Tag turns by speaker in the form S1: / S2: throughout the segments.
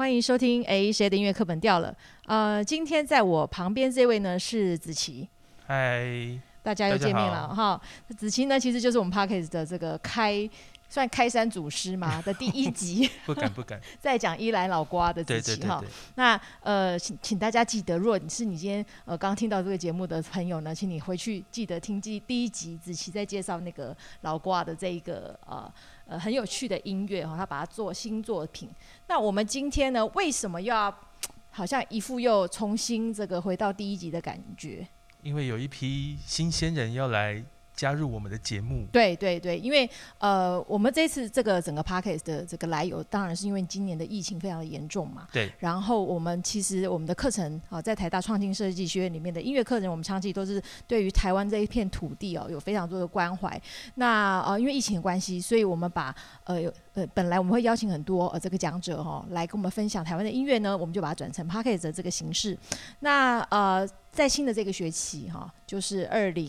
S1: 欢迎收听谁的音乐课本掉了？今天在我旁边这位呢是子琪，
S2: 嗨，
S1: 大家又见面了哈。子琪呢其实就是我们 Podcast 的这个算开山祖师嘛的第一集，
S2: 不敢，
S1: 在讲依兰老瓜的子琪哈。那请大家记得，如果你今天刚刚听到这个节目的朋友呢，请你回去记得听第一集子琪在介绍那个老瓜的这一个很有趣的音乐哈，他把它做新作品。那我们今天呢，为什么要好像一副又重新这个回到第一集的感觉？
S2: 因为有一批新鲜人要来加入我们的节目。对，
S1: 因为我们这次这个整个 Podcast 的这个来由，当然是因为今年的疫情非常的严重嘛。
S2: 对。
S1: 然后我们的课程在台大创新设计学院里面的音乐课程，我们长期都是对于台湾这一片土地有非常多的关怀。那因为疫情的关系，所以我们把本来我们会邀请很多这个讲者来跟我们分享台湾的音乐呢，我们就把它转成 Podcast 的这个形式。那在新的这个学期就是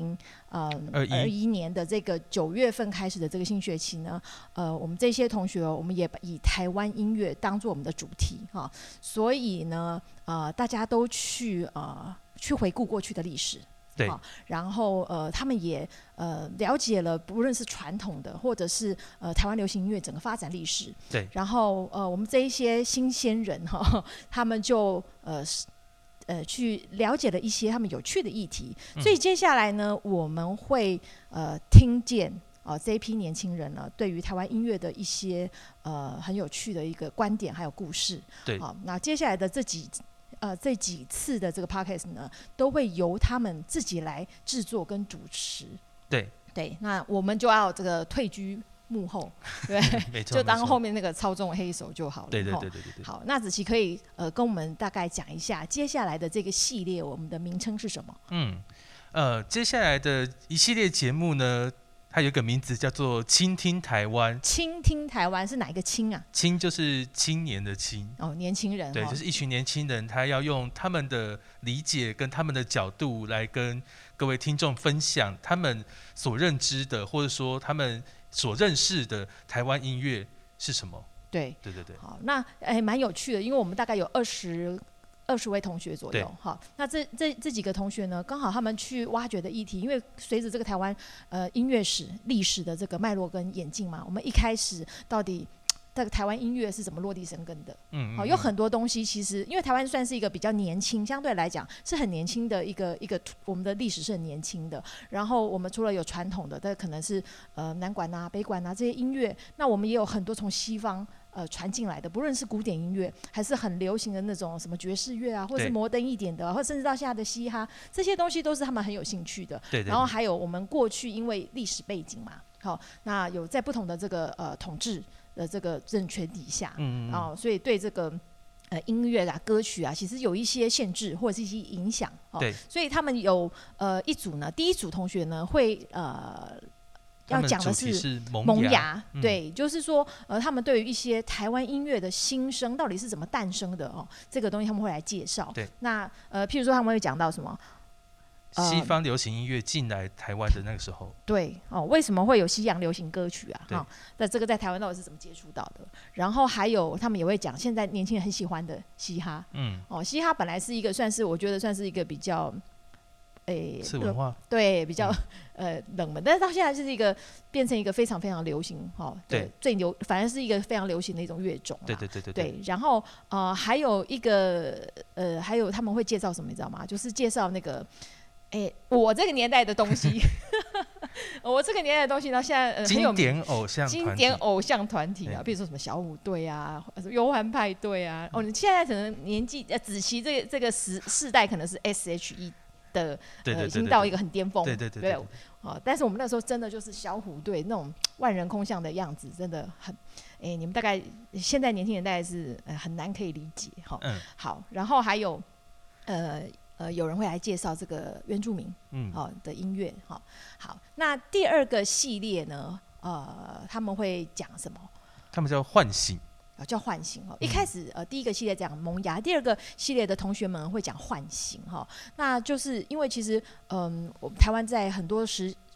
S1: 2021年的这个9月份开始的这个新学期呢，我们这些同学我们也以台湾音乐当作我们的主题所以呢大家都去回顾过去的历史。
S2: 对，
S1: 然后他们也了解了不论是传统的或者是台湾流行音乐整个发展历史。
S2: 对，
S1: 然后我们这一些新鲜人他们就去了解了一些他们有趣的议题。所以接下来呢，我们会听见这一批年轻人呢对于台湾音乐的一些很有趣的一个观点还有故事。
S2: 对，
S1: 那接下来的这几次的这个 podcast 呢，都会由他们自己来制作跟主持。对，那我们就要这个退居幕后，对，就当后面那个操纵黑手就好了。
S2: 对。
S1: 好，那子琪可以跟我们大概讲一下接下来的这个系列，我们的名称是什么？
S2: 接下来的一系列节目呢，它有一个名字叫做倾听台湾。倾
S1: 听台湾是哪一个倾啊？
S2: 倾就是青年的青。
S1: 年轻人。
S2: 对，就是一群年轻人，他要用他们的理解跟他们的角度来跟各位听众分享他们所认知的，或者说他们所认识的台湾音乐是什么。对。
S1: 好，那蛮有趣的，因为我们大概有20位同学左右。好，那这几个同学呢，刚好他们去挖掘的议题，因为随着这个台湾音乐史历史的这个脉络跟演进嘛，我们一开始到底这个台湾音乐是怎么落地生根的？好，有很多东西其实因为台湾算是一个比较年轻，相对来讲是很年轻的一个我们的历史是很年轻的。然后我们除了有传统的，但可能是南管啊、北管啊这些音乐，那我们也有很多从西方传进来的，不论是古典音乐，还是很流行的那种什么爵士乐啊，或者是摩登一点的，或甚至到现在的嘻哈，这些东西都是他们很有兴趣的。
S2: 对。
S1: 然后还有我们过去因为历史背景嘛，好，那有在不同的这个统治的这个政权底下，所以对这个音乐啊、歌曲啊，其实有一些限制或者是一些影响。
S2: 对。
S1: 所以他们有一组呢，第一组同学呢会要讲的是萌芽。对，就是说他们对于一些台湾音乐的新生到底是怎么诞生的这个东西他们会来介绍。
S2: 对。那
S1: 譬如说他们会讲到什么？
S2: 西方流行音乐进来台湾的那个时候。对。
S1: 为什么会有西洋流行歌曲啊？那这个在台湾到底是怎么接触到的？然后还有他们也会讲现在年轻人很喜欢的嘻哈。嘻哈本来是一个我觉得算是一个比较
S2: 次文化。
S1: 对，比较冷门，但是到现在是变成一个非常非常流行对，反而是一个非常流行的一种乐种。对。然后还有一个还有他们会介绍什么你知道吗？就是介绍那个我这个年代的东西我这个年代的东西呢，现在很有
S2: 经典偶像团体
S1: 啊，比如说什么小虎队啊、忧欢派对啊。你现在可能年纪子琪这个世代可能是 SHE 的已经到一个很巅峰。对。但是我们那时候真的就是小虎队那种万人空巷的样子，真的很你们大概现在年轻人大概是很难可以理解。好，然后还有有人会来介绍这个原住民的音乐。好，那第二个系列呢他们会讲什么？
S2: 他们叫唤醒。
S1: 叫唤醒一开始第一个系列讲萌芽，第二个系列的同学们会讲唤醒那就是因为其实我们台湾在很多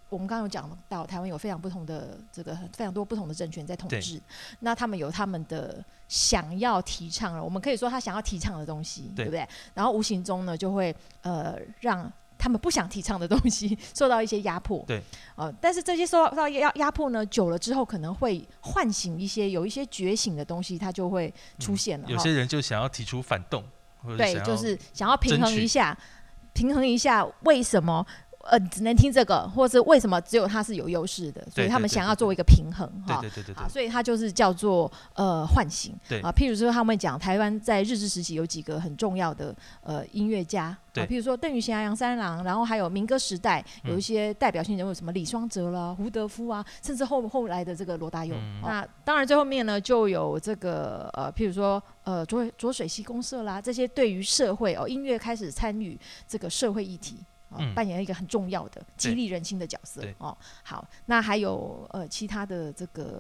S1: 我们刚刚有讲到，台湾有非常多不同的政权在统治，那他们有他们的想要提倡的，我们可以说他想要提倡的东西， 对不对？然后无形中呢，就会让他们不想提倡的东西受到一些压迫，
S2: 对，
S1: 但是这些受到压迫呢，久了之后可能会唤醒有一些觉醒的东西，它就会出现了。
S2: 有些人就想要提出反动，或者
S1: 对，就是想要平衡一下，为什么只能听这个，或是为什么只有他是有优势的，所以他们想要做一个平衡，
S2: 对，
S1: 所以他就是叫做唤醒，譬如说他们讲台湾在日治时期有几个很重要的音乐家，譬如说邓雨贤、杨三郎，然后还有民歌时代有一些代表性人物，什么李双泽啦、胡德夫啊，甚至后来的这个罗大佑，那当然最后面呢就有这个譬如说浊水溪公社啦，这些对于社会音乐开始参与这个社会议题。扮演一个很重要的激励人心的角色好，那还有其他的这个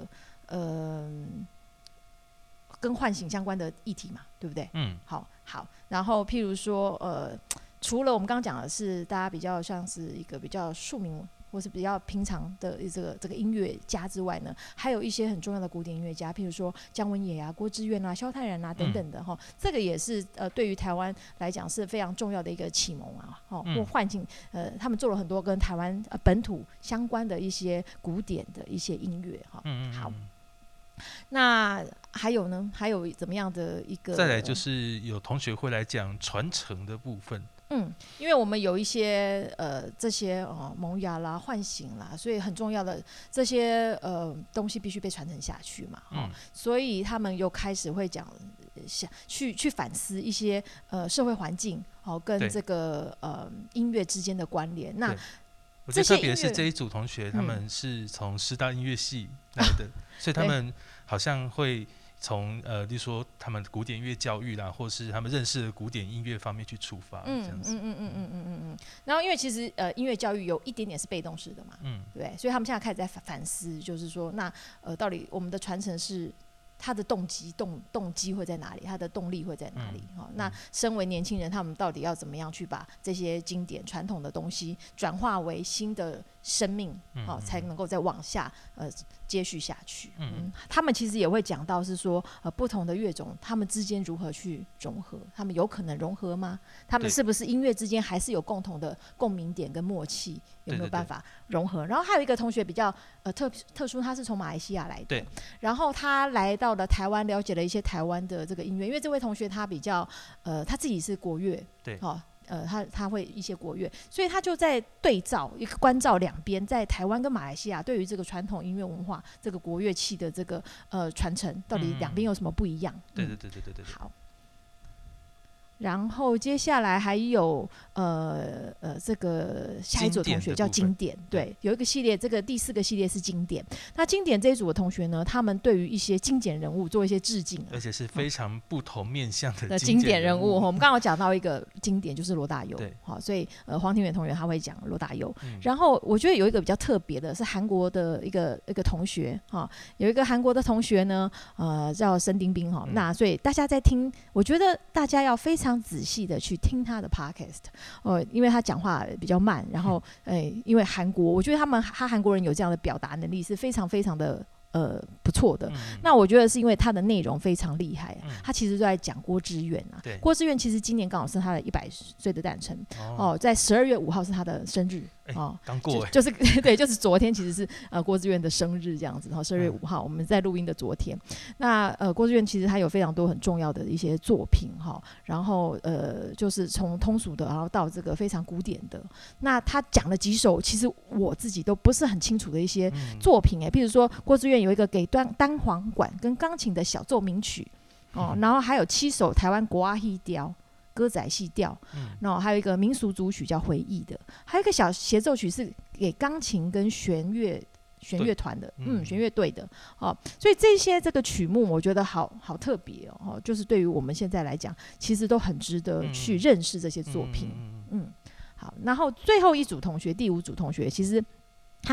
S1: 跟唤醒相关的议题嘛，对不对？好，然后譬如说除了我们刚刚讲的是大家比较像是一个比较庶民或是比较平常的这个音乐家之外呢，还有一些很重要的古典音乐家，譬如说姜文也啊、郭志远啊、萧泰然啊等等的这个也是对于台湾来讲是非常重要的一个启蒙啊或唤醒他们做了很多跟台湾本土相关的一些古典的一些音乐好。那还有呢？还有怎么样的一个？
S2: 再来就是有同学会来讲传承的部分。
S1: 因为我们有一些这些萌芽啦、唤醒啦，所以很重要的这些东西必须被传承下去嘛。所以他们又开始会讲去反思一些社会环境跟这个音乐之间的关联。那
S2: 我觉得特别是这一组同学，他们是从师大音乐系来的，所以他们好像会从例如说他们古典音乐教育啦，或是他们认识的古典音乐方面去出发，这样子。
S1: 然后因为其实音乐教育有一点点是被动式的嘛，对，所以他们现在开始在反思，就是说那到底我们的传承是他的动机会在哪里，他的动力会在哪里那身为年轻人，他们到底要怎么样去把这些经典传统的东西转化为新的生命才能够再往下接续下去。他们其实也会讲到是说不同的乐种他们之间如何去融合，他们有可能融合吗？他们是不是音乐之间还是有共同的共鸣点跟默契，有没有办法融合？然后还有一个同学比较特殊，他是从马来西亚来的，然后他来到了台湾，了解了一些台湾的这个音乐，因为这位同学他比较他自己是国乐，对他会一些国乐，所以他就在对照一个关照两边，在台湾跟马来西亚对于这个传统音乐文化这个国乐器的这个传承，到底两边有什么不一样？
S2: 对。
S1: 好。然后接下来还有这个下一组同学叫经典，对，有一个系列，这个第4个系列是经典。那经典这一组的同学呢，他们对于一些经典人物做一些致敬，
S2: 而且是非常不同面向的
S1: 经典人物。我们刚刚有讲到一个经典就是罗大佑，好，所以黄庭远同学他会讲罗大佑。然后我觉得有一个比较特别的是韩国的一个同学有一个韩国的同学呢叫申丁彬那所以大家在听，我觉得大家要非常仔细的去听他的 podcast 因为他讲话比较慢，然后因为韩国，我觉得他韩国人有这样的表达能力是非常非常的不错的。那我觉得是因为他的内容非常厉害，他其实就在讲郭志远郭志远其实今年刚好是他的100岁的诞辰在12月5号是他的生日
S2: 刚过
S1: 就是对，就是昨天其实是郭志远的生日这样子12月5号我们在录音的昨天。那郭志远其实他有非常多很重要的一些作品然后就是从通俗的然后到这个非常古典的。那他讲了几首其实我自己都不是很清楚的一些作品譬如说郭志远有一个给单簧管跟钢琴的小奏鸣曲然后还有7首台湾国阿戏调歌仔戏调然后还有一个民俗组曲叫回忆的，还有一个小协奏曲是给钢琴跟弦乐团的弦乐队的所以这个曲目我觉得好特别就是对于我们现在来讲其实都很值得去认识这些作品好，然后最后一组同学第5组同学其实他们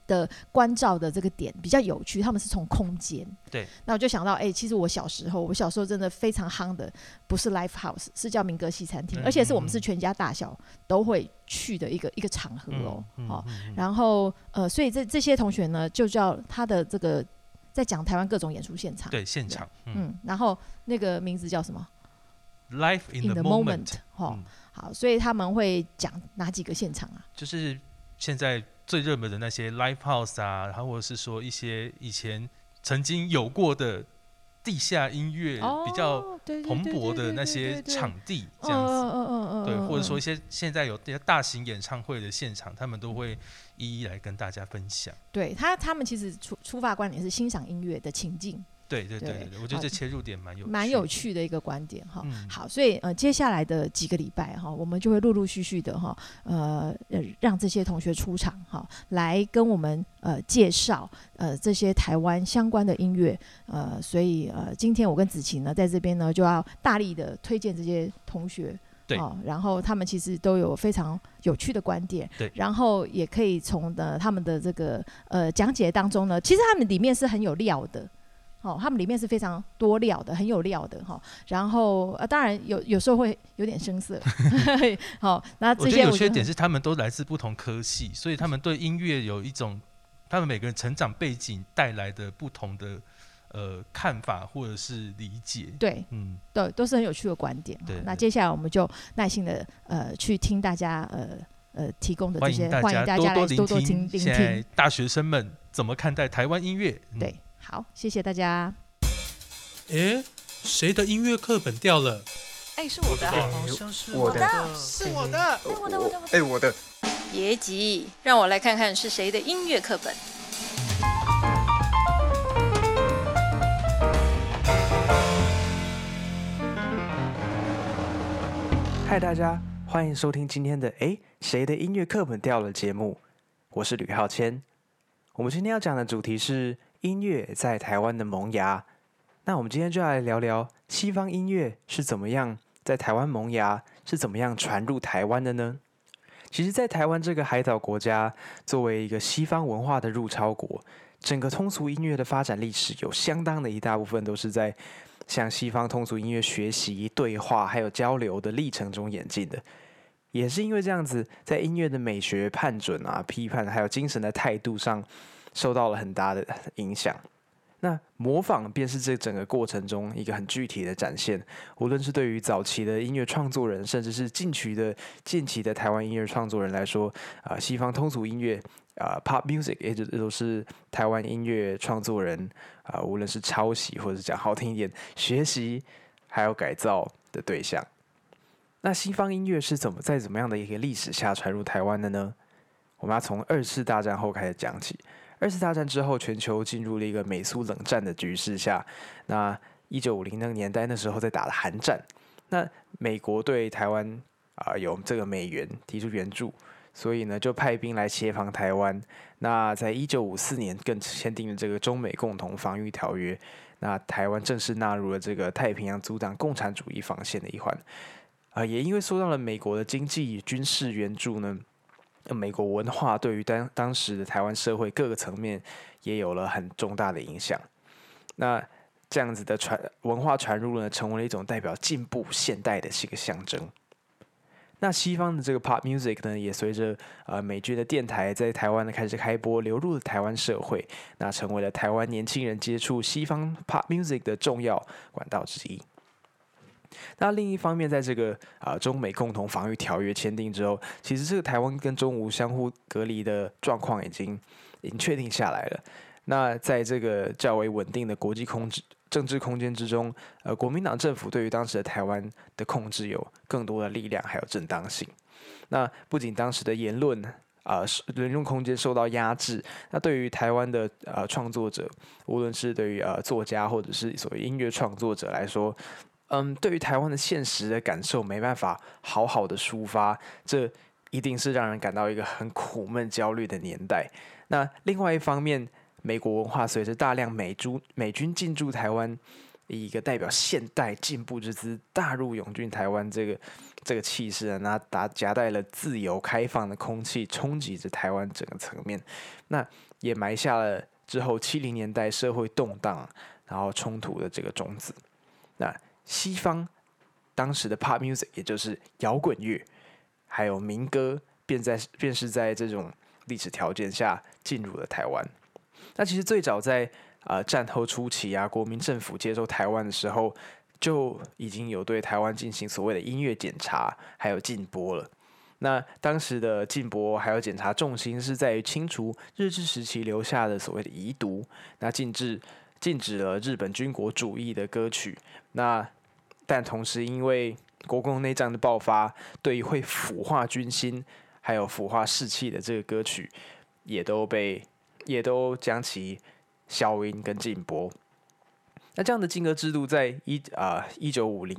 S1: 的关照的这个点比较有趣，他们是从空间。
S2: 对，
S1: 那我就想到，其实我小时候真的非常夯的，不是 Live House， 是叫民歌西餐厅，而且是我们是全家大小都会去的一个场合哦。然后所以这些同学呢，就叫他的这个在讲台湾各种演出现场。
S2: 对，现场。
S1: 然后那个名字叫什么
S2: ？Life in the moment。
S1: 好，所以他们会讲哪几个现场啊？
S2: 就是现在最热门的那些 live house 啊，然后或者是说一些以前曾经有过的地下音乐比较蓬勃的那些场地，这样子，对，或者说一些现在有大型演唱会的现场，他们都会一一来跟大家分享。
S1: 对，他们其实出发观点是欣赏音乐的情境。
S2: 对，我觉得这切入点蛮
S1: 有趣的一个观点哈。好，所以接下来的几个礼拜哈，我们就会陆陆续续的哈，让这些同学出场哈，来跟我们介绍这些台湾相关的音乐。所以今天我跟子晴呢在这边呢就要大力的推荐这些同学。
S2: 对，
S1: 然后他们其实都有非常有趣的观点，
S2: 对，
S1: 然后也可以从他们的这个讲解当中呢，其实他们里面是很有料的。他们里面是非常多料的，很有料的然后当然有时候会有点生涩。那这些
S2: 我觉得有缺点是他们都来自不同科系，所以他们对音乐有一种他们每个人成长背景带来的不同的看法或者是理解。
S1: 对，对，都是很有趣的观点。那接下来我们就耐心的去听大家提供的这些，欢迎大家来多多听。
S2: 现在大学生们怎么看待台湾音乐？
S1: 对。好，谢谢大家。
S3: 谁的音乐课本掉了？
S4: 是我的，
S2: 好像是
S4: 我的，
S3: 是我的，
S4: 我的。别急，让我来看看是谁的音乐课本。
S5: 嗨，大家，欢迎收听今天的谁的音乐课本掉了节目，我是吕浩谦。我们今天要讲的主题是音乐在台湾的萌芽。那我们今天就来聊聊西方音乐是怎么样在台湾萌芽，是怎么样传入台湾的呢？其实在台湾这个海岛国家，作为一个西方文化的入超国，整个通俗音乐的发展历史有相当的一大部分都是在向西方通俗音乐学习、对话还有交流的历程中演进的。也是因为这样子，在音乐的美学判准啊、批判还有精神的态度上受到了很大的影响。那模仿便是这整个过程中一个很具体的展现，无论是对于早期的音乐创作人，甚至是近期的台湾音乐创作人来说，西方通俗音乐pop music 也都是台湾音乐创作人无论是抄袭或者是讲好听一点学习还有改造的对象。那西方音乐是在怎么样的一个历史下传入台湾的呢？我们要从二次大战后开始讲起。二次大战之后，全球进入了一个美苏冷战的局势下。那1950那个年代，那时候在打的韩战。那美国对台湾有这个美元提出援助，所以呢就派兵来协防台湾。那在1954年更签订了这个中美共同防御条约。那台湾正式纳入了这个太平洋阻挡共产主义防线的一环。也因为受到了美国的经济军事援助呢，美国文化对于当时的台湾社会各个层面也有了很重大的影响。那这样子的文化传入呢，成为了一种代表进步现代的一个象征。那西方的这个 pop music 呢，也随着美军的电台在台湾呢开始开播，流入了台湾社会，那成为了台湾年轻人接触西方 pop music 的重要管道之一。那另一方面，在这个中美共同防御条约签订之后，其实这个台湾跟中吴相互隔离的状况已经确定下来了。那在这个较为稳定的国际政治空间之中，国民党政府对于当时的台湾的控制有更多的力量还有正当性。那不仅当时的言论空间受到压制，那对于台湾的创作者，无论是对于作家或者是所谓音乐创作者来说，对于台湾的现实的感受没办法好好的抒发，这一定是让人感到一个很苦闷焦虑的年代。那另外一方面，美国文化随着大量美军进驻台湾，以一个代表现代进步之姿大入涌进台湾这个气势那夹带了自由开放的空气，冲击着台湾整个层面。那也埋下了之后70年代社会动荡然后冲突的这个种子。那西方当时的 pop music 也就是摇滚乐还有民歌便是在这种历史条件下进入了台湾。那其实最早在战后初期啊，国民政府接收台湾的时候，就已经有对台湾进行所谓的音乐检查，还有禁播了。那当时的禁播还有检查重心是在于清除日治时期留下的所谓的遗毒，那禁止了日本军国主义的歌曲。但同时因为国共内战的爆发，对于会腐化军心还有腐化士气的这个歌曲，也都将其消音跟禁播。那这样的禁歌制度在1950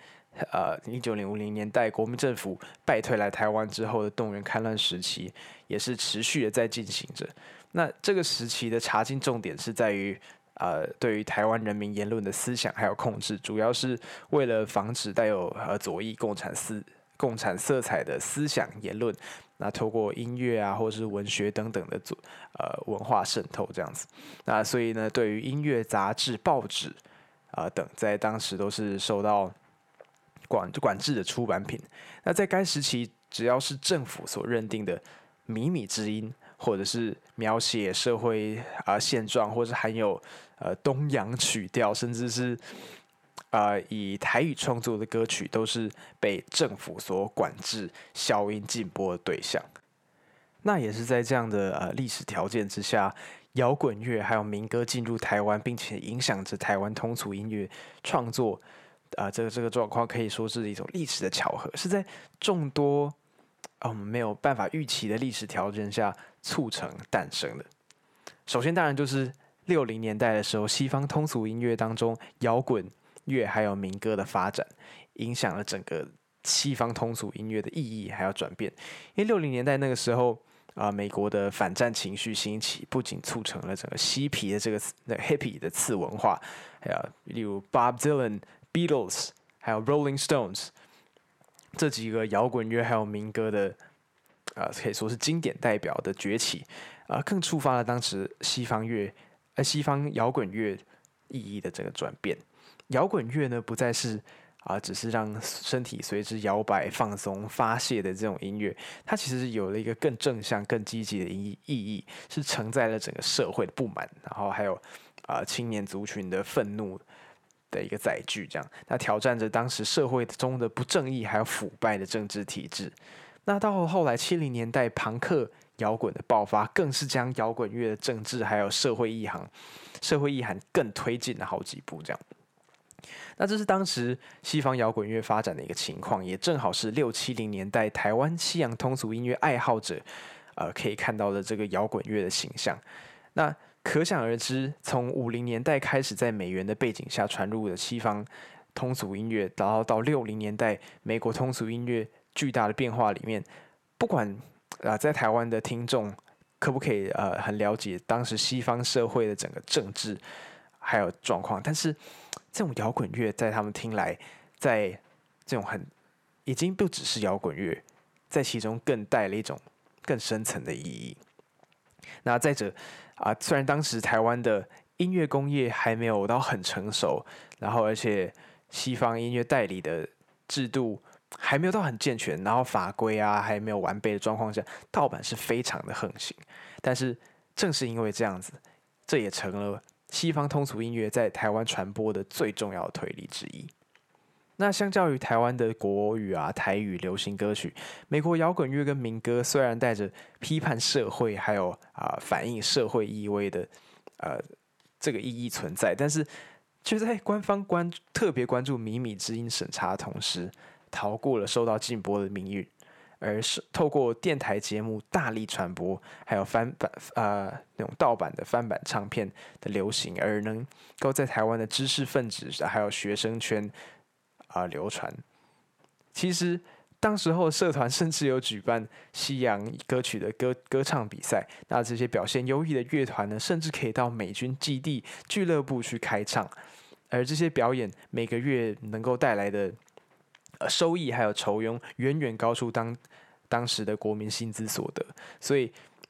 S5: 年代国民政府败退来台湾之后的动员戡乱时期，也是持续的在进行着。那这个时期的查禁重点是在于对于台湾人民言论的思想还有控制，主要是为了防止带有左翼共产色彩的思想言论，那透过音乐啊或是文学等等的文化渗透这样子。那所以呢，对于音乐、杂志、报纸等，在当时都是受到管制的出版品。那在该时期，只要是政府所认定的靡靡之音，或者是描写社会现状，或是含有东洋曲调，甚至是以台语创作的歌曲，都是被政府所管制、消音禁播的对象。那也是在这样的历史条件之下，摇滚乐还有民歌进入台湾，并且影响着台湾通俗音乐创作。这个状况可以说是一种历史的巧合，是在众多我们没有办法预期的历史条件下促成诞生的。首先，当然就是60年代的时候，西方通俗音乐当中摇滚乐还有民歌的发展，影响了整个西方通俗音乐的意义还有转变。因为60年代那个时候美国的反战情绪兴起，不仅促成了整个嬉皮的这个hippie 的次文化，还有例如 Bob Dylan、Beatles 还有 Rolling Stones 这几个摇滚乐还有民歌的可以说是经典代表的崛起，更触发了当时西方摇滚乐意义的这个转变。摇滚乐呢，不再是只是让身体随之摇摆、放松、发泄的这种音乐，它其实有了一个更正向、更积极的意义，是承载了整个社会的不满，然后还有青年族群的愤怒的一个载具。这样，那挑战着当时社会中的不正义还有腐败的政治体制。那到后来70年代朋克摇滚的爆发，更是将摇滚乐的政治还有社会意涵更推进了好几步。这样。那这是当时西方摇滚乐发展的一个情况，也正好是60、70年代台湾西洋通俗音乐爱好者可以看到的这个摇滚乐的形象。那可想而知，从50年代开始在美元的背景下传入的西方通俗音乐，然后到60年代美国通俗音乐巨大的变化里面，不管在台湾的听众可不可以很了解当时西方社会的整个政治还有状况，但是这种摇滚乐在他们听来，在这种已经不只是摇滚乐，在其中更带了一种更深层的意义。那再者虽然当时台湾的音乐工业还没有到很成熟，然后而且西方音乐代理的制度还没有到很健全，然后法规还没有完备的状况下，盗版是非常的横行。但是正是因为这样子，这也成了西方通俗音乐在台湾传播的最重要的推力之一。那相较于台湾的国语台语流行歌曲，美国摇滚乐跟民歌虽然带着批判社会还有反映社会意味的这个意义存在，但是却在官方特别关注靡靡之音审查的同时，逃过了受到禁播的命运，而是透过电台节目大力传播，还有翻版那种盗版的翻版唱片的流行，而能够在台湾的知识分子还有学生圈流传。其实当时候社团甚至有举办西洋歌曲的歌唱比赛，那这些表现优异的乐团呢，甚至可以到美军基地俱乐部去开唱，而这些表演每个月能够带来的收益还有酬庸远远高出当时的国民薪资所得，所以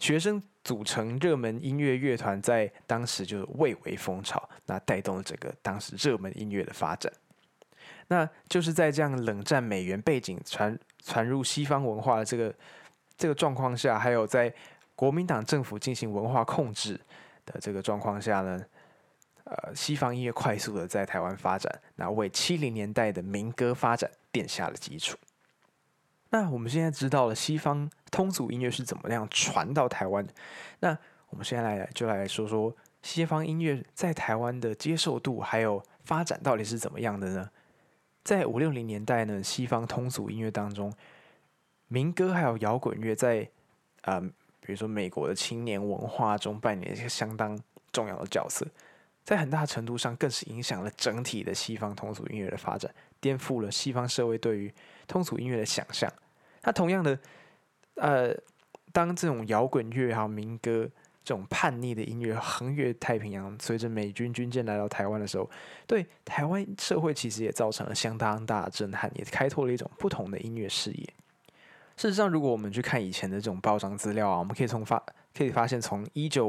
S5: 学生组成热门音乐乐团在当时就蔚为风潮，那带动了整个当时热门音乐的发展。那就是在这样冷战美元背景传入西方文化的这个状况下，还有在国民党政府进行文化控制的这个状况下呢，西方音乐快速的在台湾发展，那为70年代的民歌发展奠下了基础。那我们现在知道了西方通俗音乐是怎么样传到台湾，那我们现在就来说说西方音乐在台湾的接受度还有发展到底是怎么样的呢？在5、60年代呢，西方通俗音乐当中，民歌还有摇滚乐在比如说美国的青年文化中扮演一个相当重要的角色，在很大程度上更是影响了整体的西方通俗音乐的发展，颠覆了西方社会对于通俗音乐的想象。那同样的，当这种摇滚乐还有民歌这种叛逆的音乐横越太平洋，随着美军军舰来到台湾的时候，对台湾社会其实也造成了相当大的震撼，也开拓了一种不同的音乐视野。事实上，如果我们去看以前的这种报章资料啊，我们可以发现，从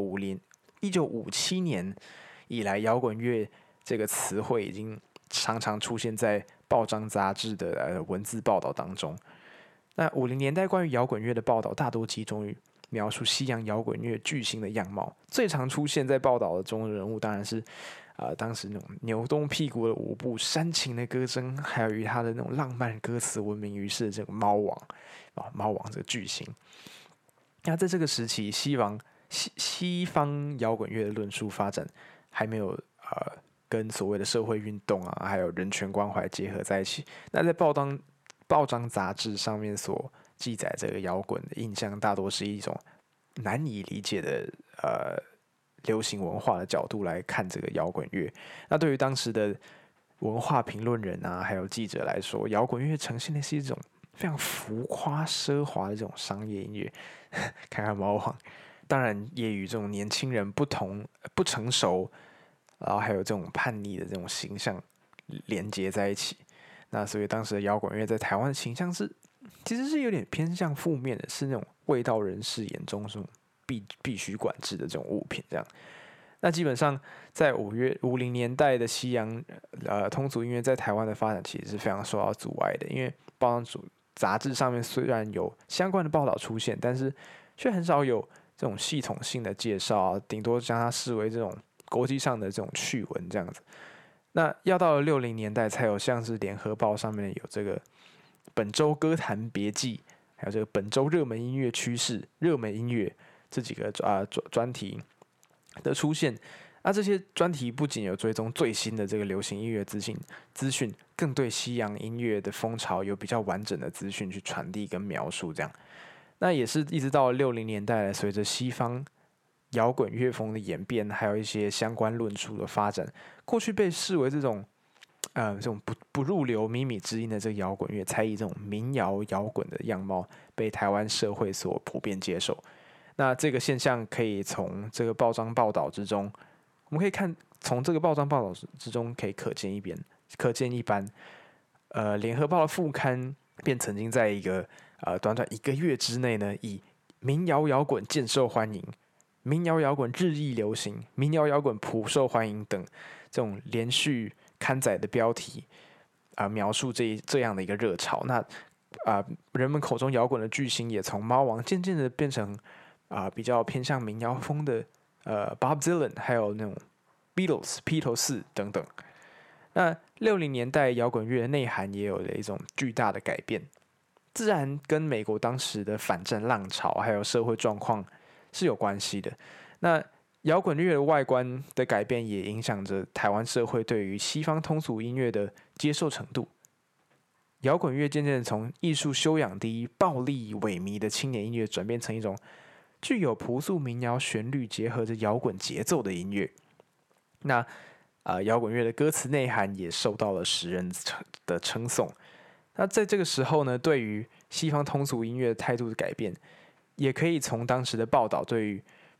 S5: 1957年以来，摇滚乐这个词汇已经常常出现在报章杂志的文字报道当中。那50年代关于摇滚乐的报道大多集中于描述西洋摇滚乐巨星的样貌，最常出现在报道中的人物当然是当时那种扭动屁股的舞步、煽情的歌声，还有以他的那种浪漫歌词闻名于世的这个猫王这个巨星。那在这个时期，西方摇滚乐的论述发展还没有跟所谓的社会运动啊，还有人权关怀结合在一起。那在报章杂志上面所记载这个摇滚的印象，大多是一种难以理解的流行文化的角度来看这个摇滚乐。那对于当时的文化评论人啊，还有记者来说，摇滚乐呈现的是一种非常浮夸奢华的这种商业音乐。看看猫王，当然也与这种年轻人不成熟，然后还有这种叛逆的这种形象连接在一起。那所以当时的摇滚乐在台湾的形象其实是有点偏向负面的，是那种卫道人士眼中这种必须管制的这种物品这样。那基本上在50年代的西洋通俗音乐在台湾的发展其实是非常受到阻碍的，因为报章杂志上面虽然有相关的报道出现，但是却很少有这种系统性的介绍啊，顶多将它视为这种国际上的这种趣闻这样子。那要到了60年代，才有像是联合报上面有这个本周歌坛别记，还有这个本周热门音乐趋势、热门音乐这几个专题的出现。那这些专题不仅有追踪最新的这个流行音乐资讯，更对西洋音乐的风潮有比较完整的资讯去传递跟描述这样。那也是一直到了60年代，随着西方摇滚乐风的演变，还有一些相关论述的发展，过去被视为这种不入流靡靡之音的这个摇滚乐，才以这种民谣摇滚的样貌被台湾社会所普遍接受。那这个现象可以从这个报章报道之中，我们可以从这个报章报道之中可以可见一斑。联合报的副刊便曾经在一个短短1个月之内呢，以民谣摇滚渐受欢迎、民谣摇滚日益流行、民谣摇滚普受欢迎等这种连续刊载的标题描述这样的一个热潮。那人们口中摇滚的巨星也从猫王渐渐的变成比较偏向民谣风的Bob Dylan， 还有那种 Beatles 披头士等等。那60年代摇滚乐的内涵也有了一种巨大的改变，自然跟美国当时的反战浪潮还有社会状况是有关系的。那摇滚乐的外观的改变也影响着台湾社会对于西方通俗音乐的接受程度。摇滚乐渐渐从艺术修养低、暴力萎靡的青年音乐，转变成一种具有朴素民谣旋律结合着摇滚节奏的音乐。那摇滚乐的歌词内涵也受到了时人的称颂。那在这个时候呢，对于西方通俗音乐的态度的改变，也可以从当时的报道对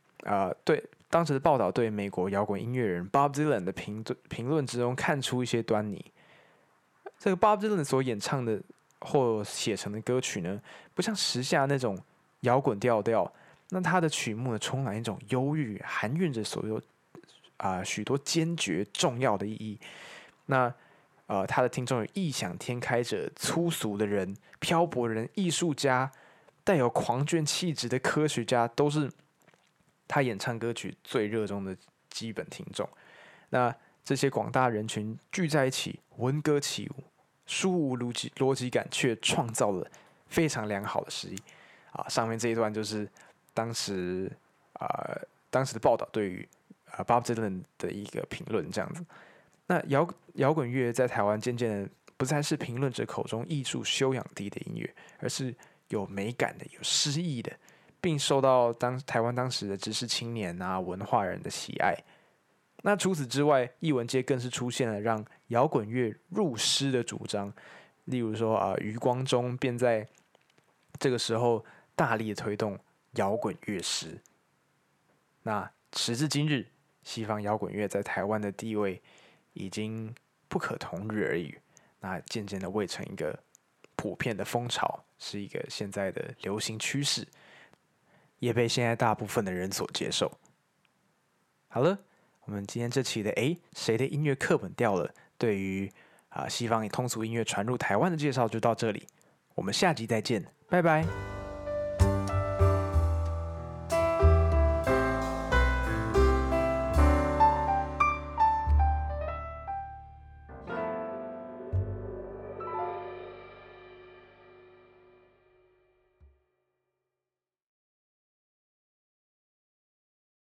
S5: 美国摇滚音乐人 Bob Dylan 的评论之中看出一些端倪。这个 Bob Dylan 所演唱的或写成的歌曲呢，不像时下那种摇滚调调， 那他的曲目呢，充满一种忧郁，含蕴着所有许多坚决重要的意义。那他的听众有异想天开者、粗俗的人、漂泊人、艺术家、带有狂狷气质的科学家，都是他演唱歌曲最热衷的基本听众。那这些广大人群聚在一起，闻歌起舞，殊无逻辑感，却创造了非常良好的诗意。上面这一段就是当时的报道对于Bob Dylan 的一个评论，这样子。那摇滚乐在台湾渐渐的不再是评论者口中艺术修养低的音乐，而是有美感的、有诗意的，并受到台湾当时的知识青年文化人的喜爱。那除此之外，艺文界更是出现了让摇滚乐入诗的主张，例如说余光中便在这个时候大力的推动摇滚乐诗。那时至今日，西方摇滚乐在台湾的地位已经不可同日而语，那渐渐的蔚成一个普遍的风潮，是一个现在的流行趋势，也被现在大部分的人所接受。好了，我们今天这期的谁的音乐课本掉了，对于西方通俗音乐传入台湾的介绍就到这里，我们下集再见，拜拜。